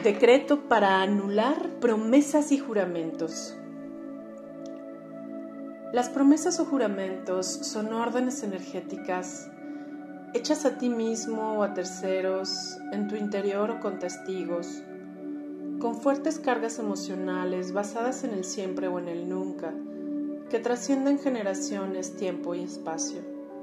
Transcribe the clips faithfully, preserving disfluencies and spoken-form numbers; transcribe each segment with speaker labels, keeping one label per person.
Speaker 1: Decreto para anular promesas y juramentos. Las promesas o juramentos son órdenes energéticas hechas a ti mismo o a terceros, en tu interior o con testigos, con fuertes cargas emocionales basadas en el siempre o en el nunca, que trascienden generaciones, tiempo y espacio.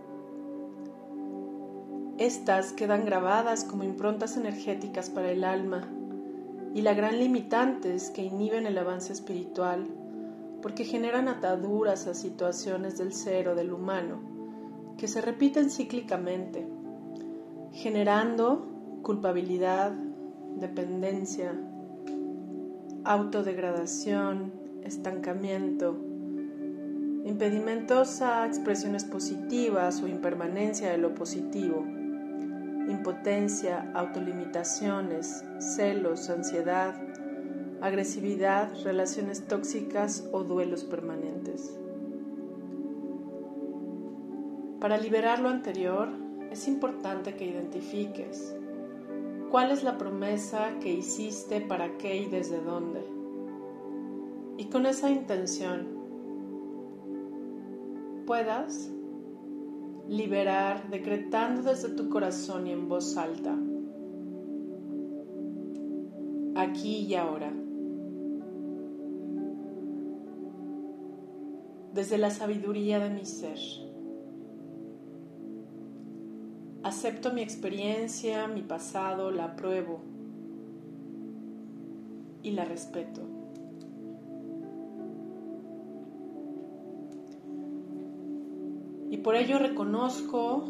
Speaker 1: Estas quedan grabadas como improntas energéticas para el alma, y la gran limitante es que inhiben el avance espiritual porque generan ataduras a situaciones del ser o del humano que se repiten cíclicamente, generando culpabilidad, dependencia, autodegradación, estancamiento, impedimentos a expresiones positivas o impermanencia de lo positivo, impotencia, autolimitaciones, celos, ansiedad, agresividad, relaciones tóxicas o duelos permanentes. Para liberar lo anterior, es importante que identifiques cuál es la promesa que hiciste, para qué y desde dónde. Y con esa intención puedas liberar decretando desde tu corazón y en voz alta, aquí y ahora. Desde la sabiduría de mi ser, acepto mi experiencia, mi pasado, la apruebo y la respeto. Y por ello reconozco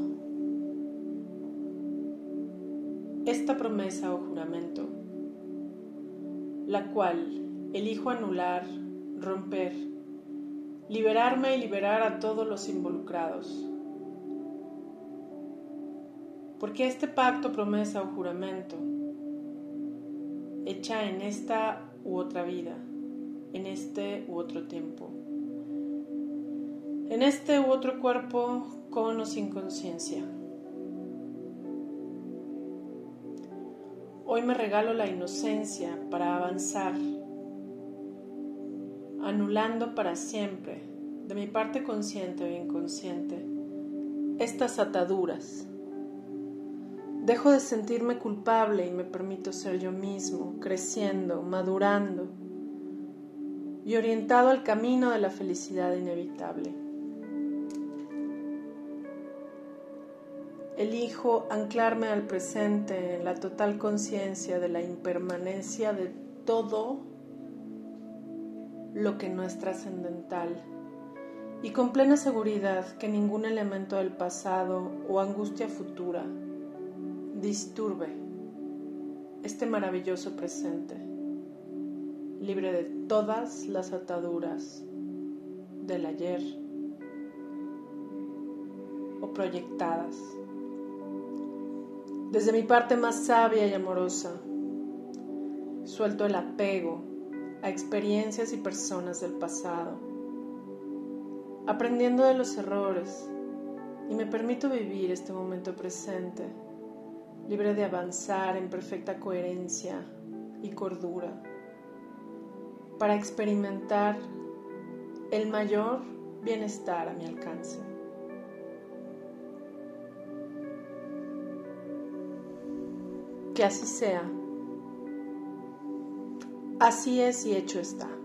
Speaker 1: esta promesa o juramento, la cual elijo anular, romper, liberarme y liberar a todos los involucrados. Porque este pacto, promesa o juramento, hecha en esta u otra vida, en este u otro tiempo, en este u otro cuerpo, con o sin conciencia. Hoy me regalo la inocencia para avanzar, anulando para siempre, de mi parte consciente o inconsciente, estas ataduras. Dejo de sentirme culpable y me permito ser yo mismo, creciendo, madurando y orientado al camino de la felicidad inevitable. Elijo anclarme al presente en la total conciencia de la impermanencia de todo lo que no es trascendental y con plena seguridad que ningún elemento del pasado o angustia futura disturbe este maravilloso presente, libre de todas las ataduras del ayer o proyectadas. Desde mi parte más sabia y amorosa, suelto el apego a experiencias y personas del pasado, aprendiendo de los errores, y me permito vivir este momento presente, libre de avanzar en perfecta coherencia y cordura, para experimentar el mayor bienestar a mi alcance. Que así sea. Así es y hecho está.